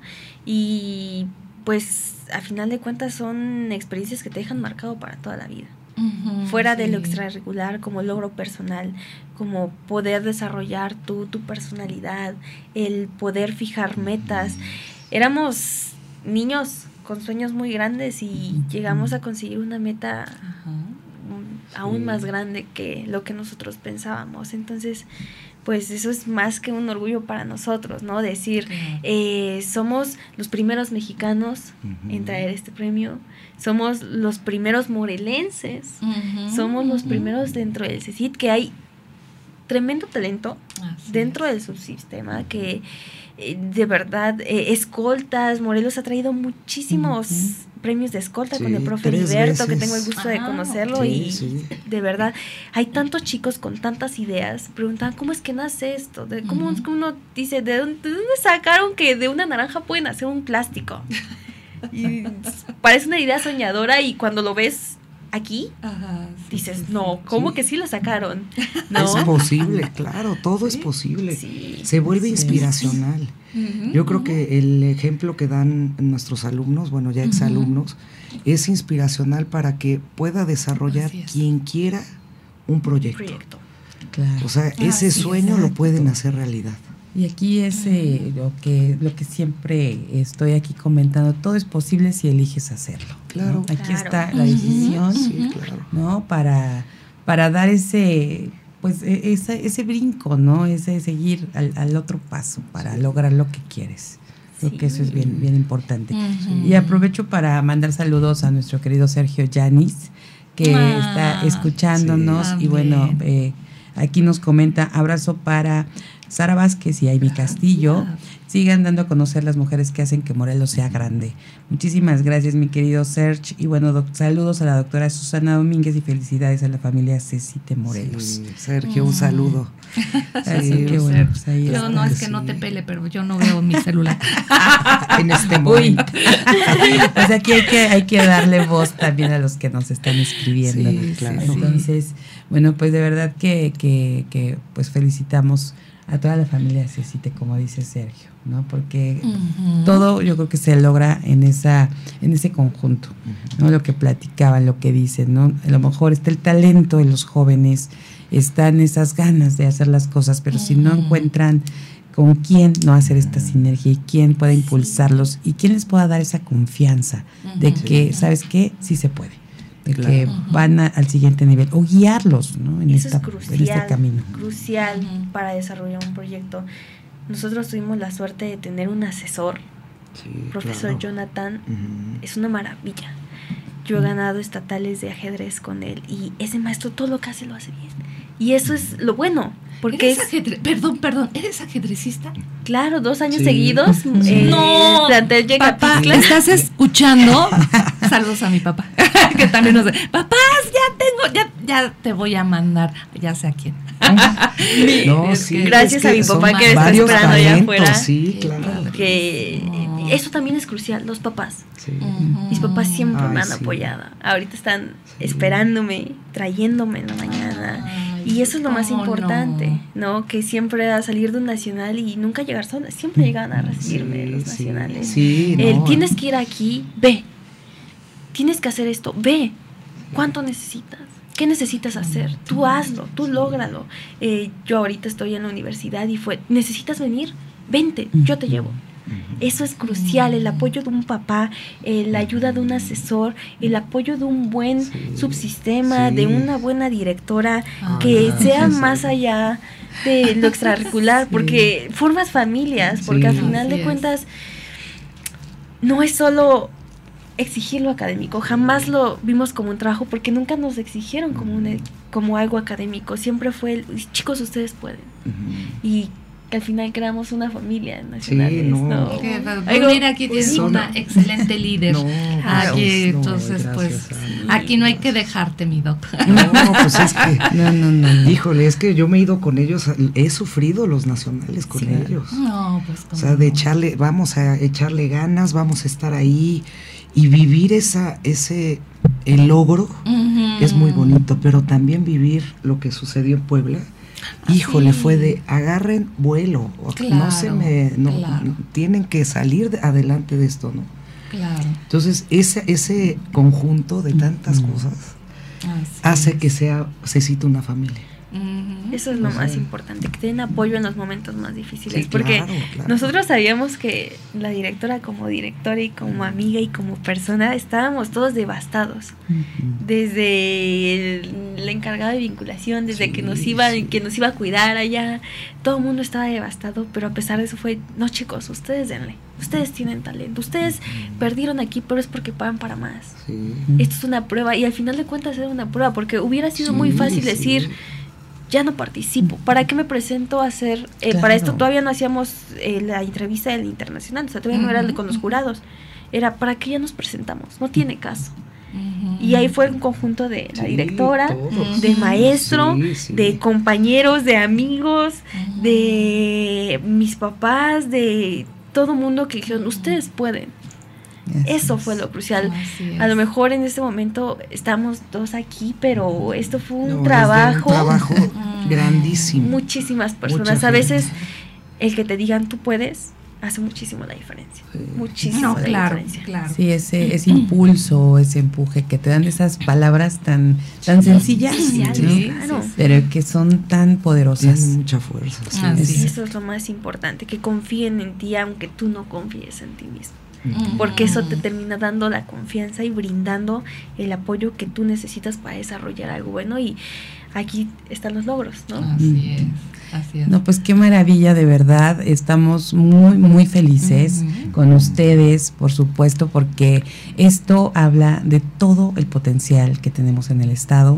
Y pues a final de cuentas son experiencias que te dejan marcado para toda la vida. Uh-huh, Fuera sí. de lo extrarregular, como logro personal, como poder desarrollar tu, tu personalidad, el poder fijar metas. Éramos niños con sueños muy grandes y llegamos a conseguir una meta Ajá. mm, aún Sí. más grande que lo que nosotros pensábamos. Entonces, pues eso es más que un orgullo para nosotros, ¿no? Decir, Claro. eh, somos los primeros mexicanos Ujú. en traer este premio, somos los primeros morelenses, Ujú, somos los ujú. primeros dentro del CECIT, que hay tremendo talento Así dentro es. del subsistema, que eh, de verdad, eh, escoltas, Morelos ha traído muchísimos Ujú. premios de escolta Sí, con el profe tres Heriberto, que veces. tengo el gusto de Ah, conocerlo, sí, y sí. de verdad, hay tantos chicos con tantas ideas, preguntan, ¿cómo es que nace esto? De, ¿Cómo Ujú. es que uno dice, ¿de dónde, de dónde sacaron que de una naranja pueden hacer un plástico? Y parece una idea soñadora y cuando lo ves aquí, Ajá, sí, dices, sí, no, ¿cómo Sí. que sí lo sacaron? ¿No? Es posible, claro, todo es posible. Sí. Se vuelve Sí. inspiracional. Ujú, Yo creo ujú. que el ejemplo que dan nuestros alumnos, bueno, ya exalumnos, es inspiracional para que pueda desarrollar Así es. quien quiera un proyecto. Proyecto. Claro. O sea, ese Así, sueño lo exacto. pueden hacer realidad. Y aquí es eh, lo que lo que siempre estoy aquí comentando, todo es posible si eliges hacerlo. ¿no? Claro. Aquí Claro. está la Ujú, decisión, Sí, Ujú. claro. ¿no? Para para dar ese pues e- ese ese brinco, ¿no? Ese seguir al, al otro paso para Sí. lograr lo que quieres. Creo que eso es bien bien importante. Ujú. Y aprovecho para mandar saludos a nuestro querido Sergio Yanis, que Ah, está escuchándonos sí. y bueno, También. eh, aquí nos comenta, abrazo para Sara Vázquez y Amy Castillo. Sigan dando a conocer las mujeres que hacen que Morelos sea grande. Muchísimas gracias, mi querido Serge. Y bueno, doc, saludos a la doctora Susana Domínguez y felicidades a la familia Cecite Morelos. Sí, Sergio, un saludo. Así sí, que bueno, pues ahí yo está. no es que no te pele, pero yo no veo mi celular. En este momento. Pues aquí hay que, hay que darle voz también a los que nos están escribiendo. Sí, claro. Entonces, bueno, pues de verdad que, que, que pues felicitamos a toda la familia Cecite, como dice Sergio, ¿no? Porque uh-huh. todo yo creo que se logra en esa en ese conjunto, uh-huh. ¿no? Lo que platicaban, lo que dicen, ¿no? A lo mejor está el talento de los jóvenes, están esas ganas de hacer las cosas, pero uh-huh. si no encuentran con quién no hacer esta sinergia y quién pueda impulsarlos y quién les pueda dar esa confianza uh-huh. de que, ¿sabes qué? Sí se puede. De claro. que uh-huh. van a, al siguiente nivel o guiarlos, ¿no? En, Eso esta, es crucial, en este camino. Crucial uh-huh. para desarrollar un proyecto. Nosotros tuvimos la suerte de tener un asesor, sí, profesor claro. Jonathan, uh-huh. es una maravilla. Yo he ganado estatales de ajedrez con él y ese maestro todo lo que hace lo hace bien. Y eso es lo bueno. Porque ¿Eres ajedre- perdón, perdón, ¿eres ajedrecista? Claro, dos años sí. seguidos. Sí. Eh, no, plantel llega papá, ¿la estás escuchando? Saludos a mi papá, que también nos dice, papás, ya tengo, ya, ya te voy a mandar, ya sé a quién. No, sí, gracias es que a mi papá que está esperando allá afuera. Sí, claro. Que no. Eso también es crucial, los papás. Sí. Uh-huh. Mis papás siempre Ay, me han sí. apoyado. Ahorita están sí. esperándome, trayéndome en la mañana. Ay, y eso es lo más oh, importante, no. ¿no? Que siempre era salir de un nacional y nunca llegar sola. Siempre llegaban a recibirme sí, los sí. nacionales. Sí, El, no. tienes que ir aquí, ve. Tienes que hacer esto, ve. ¿Cuánto necesitas? ¿Qué necesitas hacer? Tú hazlo, tú lógralo. Eh, yo ahorita estoy en la universidad y fue, ¿necesitas venir? Vente, yo te llevo. Eso es crucial, el apoyo de un papá, eh, la ayuda de un asesor, el apoyo de un buen sí, subsistema, sí. de una buena directora, ah, que no, sea sí, más sí. allá de lo extracurricular, sí. porque formas familias, porque sí, al final de cuentas no es solo exigir lo académico, jamás lo vimos como un trabajo porque nunca nos exigieron como, un, como algo académico, siempre fue, el, chicos, ustedes pueden. Uh-huh. Y que al final creamos una familia nacional. Sí, no. ¿no? Que, pues, mira, aquí tienes pues, una no. excelente líder. No, aquí, no, entonces, gracias, pues, Ana. aquí no hay que dejarte, mi doc. No, pues es que, no, no, no. híjole, es que yo me he ido con ellos, he sufrido los nacionales con sí. ellos. No, pues, o sea, de echarle, vamos a echarle ganas, vamos a estar ahí y vivir esa, ese, el logro uh-huh. es muy bonito, pero también vivir lo que sucedió en Puebla. Híjole, sí. fue de agarren vuelo, claro, no se me, no, claro. tienen que salir de, adelante de esto, ¿no? Claro. Entonces ese ese conjunto de tantas mm. cosas Así hace es. que sea se cita una familia. Uh-huh. Eso es lo o sea, más importante, que te den apoyo en los momentos más difíciles, sí, porque claro, claro. nosotros sabíamos que la directora como directora y como amiga y como persona estábamos todos devastados, uh-huh. desde el, el encargado de vinculación, desde sí, que nos iba sí. que nos iba a cuidar allá, todo el mundo estaba devastado, pero a pesar de eso fue, no chicos, ustedes denle, ustedes tienen talento, ustedes uh-huh. perdieron aquí, pero es porque pagan para más. Sí. Esto es una prueba y al final de cuentas era una prueba, porque hubiera sido sí, muy fácil sí. decir ya no participo, ¿para qué me presento a hacer? Eh, claro. Para esto todavía no hacíamos eh, la entrevista del internacional, o sea, todavía uh-huh. no era con los jurados, era ¿para qué ya nos presentamos? No tiene caso. Uh-huh. Y ahí fue un conjunto de la sí, directora, todos. del maestro, sí, sí. de compañeros, de amigos, uh-huh. de mis papás, de todo mundo que dijeron, ustedes pueden. Eso fue lo crucial. A lo mejor en este momento estamos todos aquí, pero esto fue un no, trabajo, un trabajo grandísimo. Muchísimas personas. Mucha a veces el que te digan tú puedes hace muchísimo la diferencia. Sí. Muchísimo no, la claro, diferencia. Claro. Sí, ese, ese impulso, ese empuje que te dan esas palabras tan, tan sencillas, sí, ¿no? sí, claro. pero que son tan poderosas. Tienen mucha fuerza. Sí. Ah, sí. Eso es lo más importante, que confíen en ti aunque tú no confíes en ti mismo. Porque eso te termina dando la confianza y brindando el apoyo que tú necesitas para desarrollar algo bueno, y aquí están los logros, ¿no? Así es, así es. No, pues qué maravilla, de verdad, estamos muy, muy felices uh-huh. con ustedes, por supuesto, porque esto habla de todo el potencial que tenemos en el estado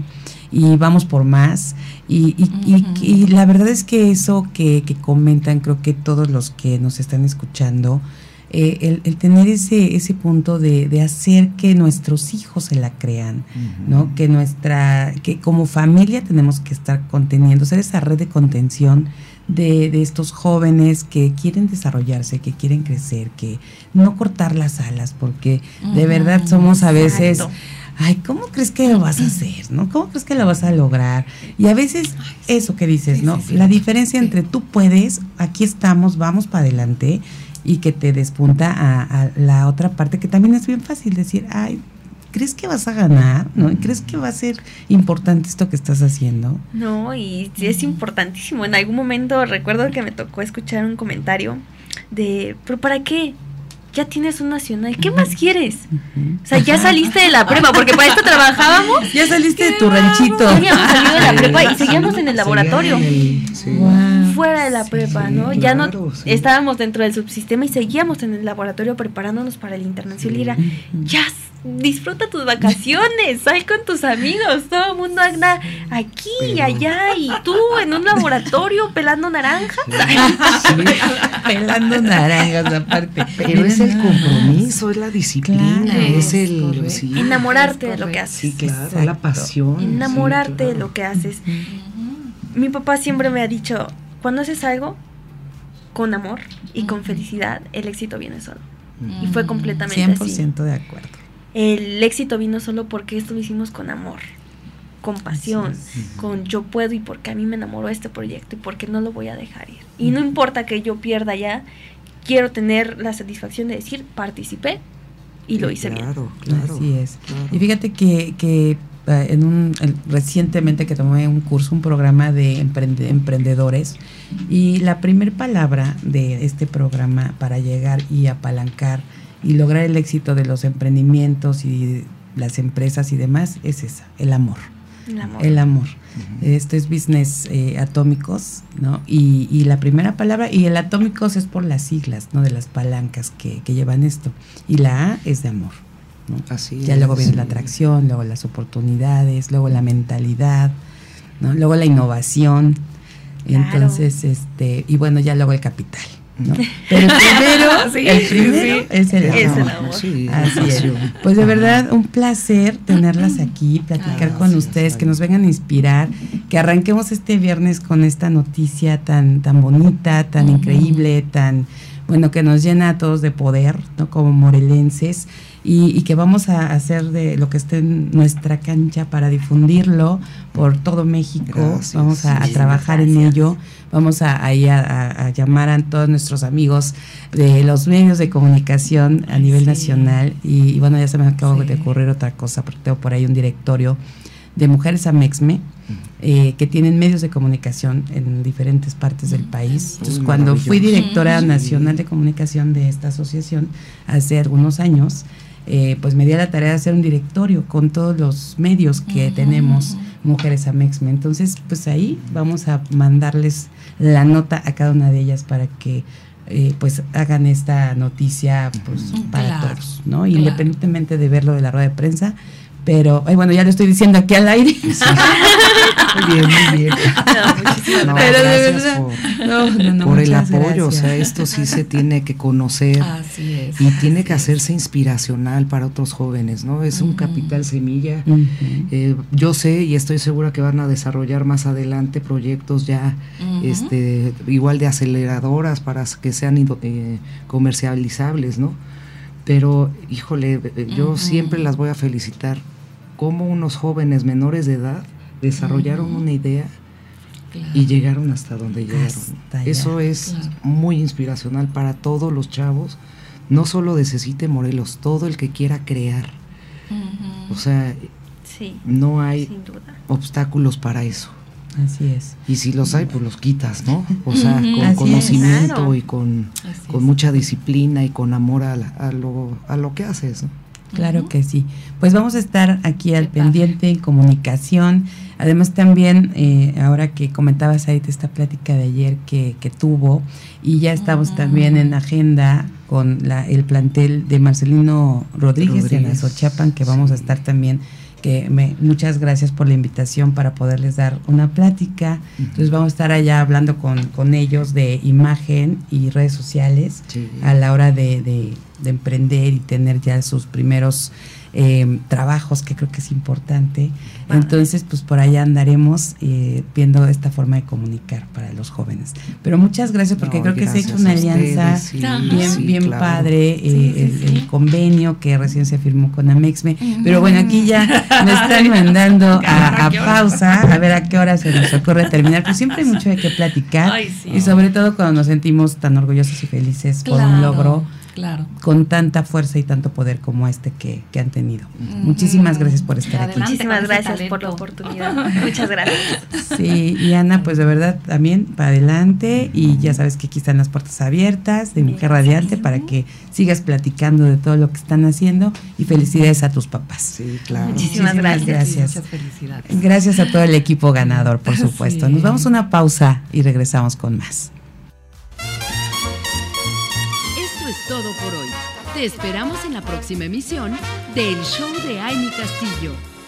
y vamos por más. Y, y, uh-huh. y, y la verdad es que eso que, que comentan, creo que todos los que nos están escuchando, eh, el, el tener ese, ese punto de, de hacer que nuestros hijos se la crean, uh-huh. ¿no? Que nuestra, que como familia tenemos que estar conteniendo, ser esa red de contención de, de estos jóvenes que quieren desarrollarse, que quieren crecer, que no cortar las alas, porque uh-huh. de verdad somos a veces... Exacto. Ay, ¿cómo crees que lo vas a hacer? ¿No? ¿Cómo crees que lo vas a lograr? Y a veces eso que dices, sí, ¿no? Sí, sí, la diferencia sí. entre tú puedes, aquí estamos, vamos para adelante, y que te despunta a, a la otra parte, que también es bien fácil decir, ay, ¿crees que vas a ganar? ¿No? ¿Crees que va a ser importante esto que estás haciendo? No, y sí es importantísimo. En algún momento recuerdo que me tocó escuchar un comentario de, ¿pero para qué? Ya tienes un nacional, ¿qué más quieres? Uh-huh. O sea, ya saliste de la prepa, porque para esto trabajábamos. Ya saliste de tu ranchito. Ya habíamos salido de la prepa y seguíamos en el laboratorio. El, sí. Wow. Fuera de la prepa, sí, ¿no? Ya claro, no sí. estábamos dentro del subsistema y seguíamos en el laboratorio preparándonos para el internacional. Sí. Y era, ya, disfruta tus vacaciones, sal con tus amigos, todo el mundo anda aquí Pero... y allá, y tú en un laboratorio pelando naranjas. Sí. Pelando naranjas aparte. Pero es el compromiso, es la disciplina, claro, es el sí, enamorarte de lo que haces. Sí, claro, Exacto. la pasión. Enamorarte sí, claro. de lo que haces. Uh-huh. Mi papá siempre me ha dicho, cuando haces algo con amor y uh-huh. con felicidad, el éxito viene solo. Uh-huh. Y fue completamente cien por ciento así. De acuerdo. El éxito vino solo porque esto lo hicimos con amor, con pasión, sí, sí. con yo puedo y porque a mí me enamoró este proyecto y porque no lo voy a dejar ir. Y no importa que yo pierda ya, quiero tener la satisfacción de decir, participé y lo hice claro, bien. Claro, Así es. Claro. Y fíjate que, que en un recientemente que tomé un curso, un programa de emprende, emprendedores, y la primer palabra de este programa para llegar y apalancar y lograr el éxito de los emprendimientos y las empresas y demás es esa, el amor. El amor. El amor. Uh-huh. Esto es business eh, atómicos, ¿no? Y, y la primera palabra, y el atómicos es por las siglas, ¿no? De las palancas que, que llevan esto. Y la A es de amor, ¿no? Así ya es, luego viene sí. la atracción, luego las oportunidades, luego la mentalidad, ¿no? Luego la innovación. Claro. Entonces, este, y bueno, ya luego el capital, ¿no? Pero el primero, sí, el primero sí, es el es amor. el amor. Sí, Así es. Pues de verdad, un placer tenerlas aquí, platicar ah, con sí, ustedes, sí. que nos vengan a inspirar, que arranquemos este viernes con esta noticia tan, tan bonita, tan uh-huh. increíble, tan, bueno, que nos llena a todos de poder, ¿no? Como morelenses, y, y que vamos a hacer de lo que esté en nuestra cancha para difundirlo por todo México. Gracias. Vamos a, a trabajar Gracias. en ello. Vamos a, a, a, a llamar a todos nuestros amigos de los medios de comunicación a nivel sí. nacional. Y, y bueno, ya se me acaba sí. de ocurrir otra cosa, porque tengo por ahí un directorio de Mujeres Amexme, eh, que tienen medios de comunicación en diferentes partes del país. Entonces, cuando fui directora nacional de comunicación de esta asociación hace algunos años, eh, pues me di a la tarea de hacer un directorio con todos los medios que uh-huh. tenemos, Mujeres Amexme. Entonces, pues ahí vamos a mandarles la nota a cada una de ellas para que eh, pues hagan esta noticia pues uh-huh. para claro. todos, ¿no? Claro. Independientemente de verlo de la rueda de prensa. Pero, ay, bueno, ya lo estoy diciendo aquí al aire. Sí. Muy bien, muy bien. No, no, pero de verdad por, no, no, no, por el apoyo, gracias. O sea, esto sí se tiene que conocer. Así es. Y tiene que hacerse inspiracional para otros jóvenes, ¿no? Es uh-huh. un capital semilla. Uh-huh. Eh, yo sé y estoy segura que van a desarrollar más adelante proyectos ya uh-huh. este igual de aceleradoras para que sean eh, comercializables, ¿no? Pero, híjole, yo uh-huh. siempre las voy a felicitar. Cómo unos jóvenes menores de edad desarrollaron uh-huh. una idea claro. y llegaron hasta donde llegaron. Hasta Eso allá. es claro. muy inspiracional para todos los chavos, no solo de Cecite Morelos, todo el que quiera crear. Uh-huh. O sea, sí, no hay obstáculos para eso. Así es. Y si los hay, pues los quitas, ¿no? O sea, uh-huh. con Así conocimiento claro. y con, con es. mucha disciplina y con amor a, la, a, lo, a lo que haces, ¿no? Claro que sí. Pues vamos a estar aquí al pendiente, en comunicación. Además también, eh, ahora que comentabas ahí esta plática de ayer que, que tuvo, y ya estamos uh-huh. también en agenda con la, el plantel de Marcelino Rodríguez, Rodríguez. de Anazochapan, que vamos sí. a estar también que me, muchas gracias por la invitación para poderles dar una plática. Uh-huh. Entonces vamos a estar allá hablando con, con ellos de imagen y redes sociales, sí, a la hora de, de, de emprender y tener ya sus primeros eh, trabajos, que creo que es importante. Vale. Entonces, pues por allá andaremos eh, viendo esta forma de comunicar para los jóvenes. Pero muchas gracias, porque no, creo que se ha hecho una alianza ustedes, sí, bien, sí, bien claro. padre, eh, sí, sí, el, sí. el convenio que recién se firmó con Amexme. Uh-huh. Pero bueno, aquí ya me están mandando a, a pausa, a ver a qué hora se nos ocurre terminar. Pues siempre hay mucho de qué platicar. Ay, sí. Y sobre todo cuando nos sentimos tan orgullosos y felices claro. por un logro. Claro. Con tanta fuerza y tanto poder como este que, que han tenido. Mm. Muchísimas gracias por estar Adelante, aquí. Muchísimas gracias por la oportunidad. Muchas gracias. Sí, y Ana, pues de verdad también para adelante, y ya sabes que aquí están las puertas abiertas de Mujer Radiante para que sigas platicando de todo lo que están haciendo, y felicidades a tus papás. Sí, claro. Muchísimas, Muchísimas gracias. gracias. Muchas felicidades. Gracias a todo el equipo ganador, por supuesto. Sí. Nos vamos a una pausa y regresamos con más. Es todo por hoy. Te esperamos en la próxima emisión del Show de Aimee Castillo.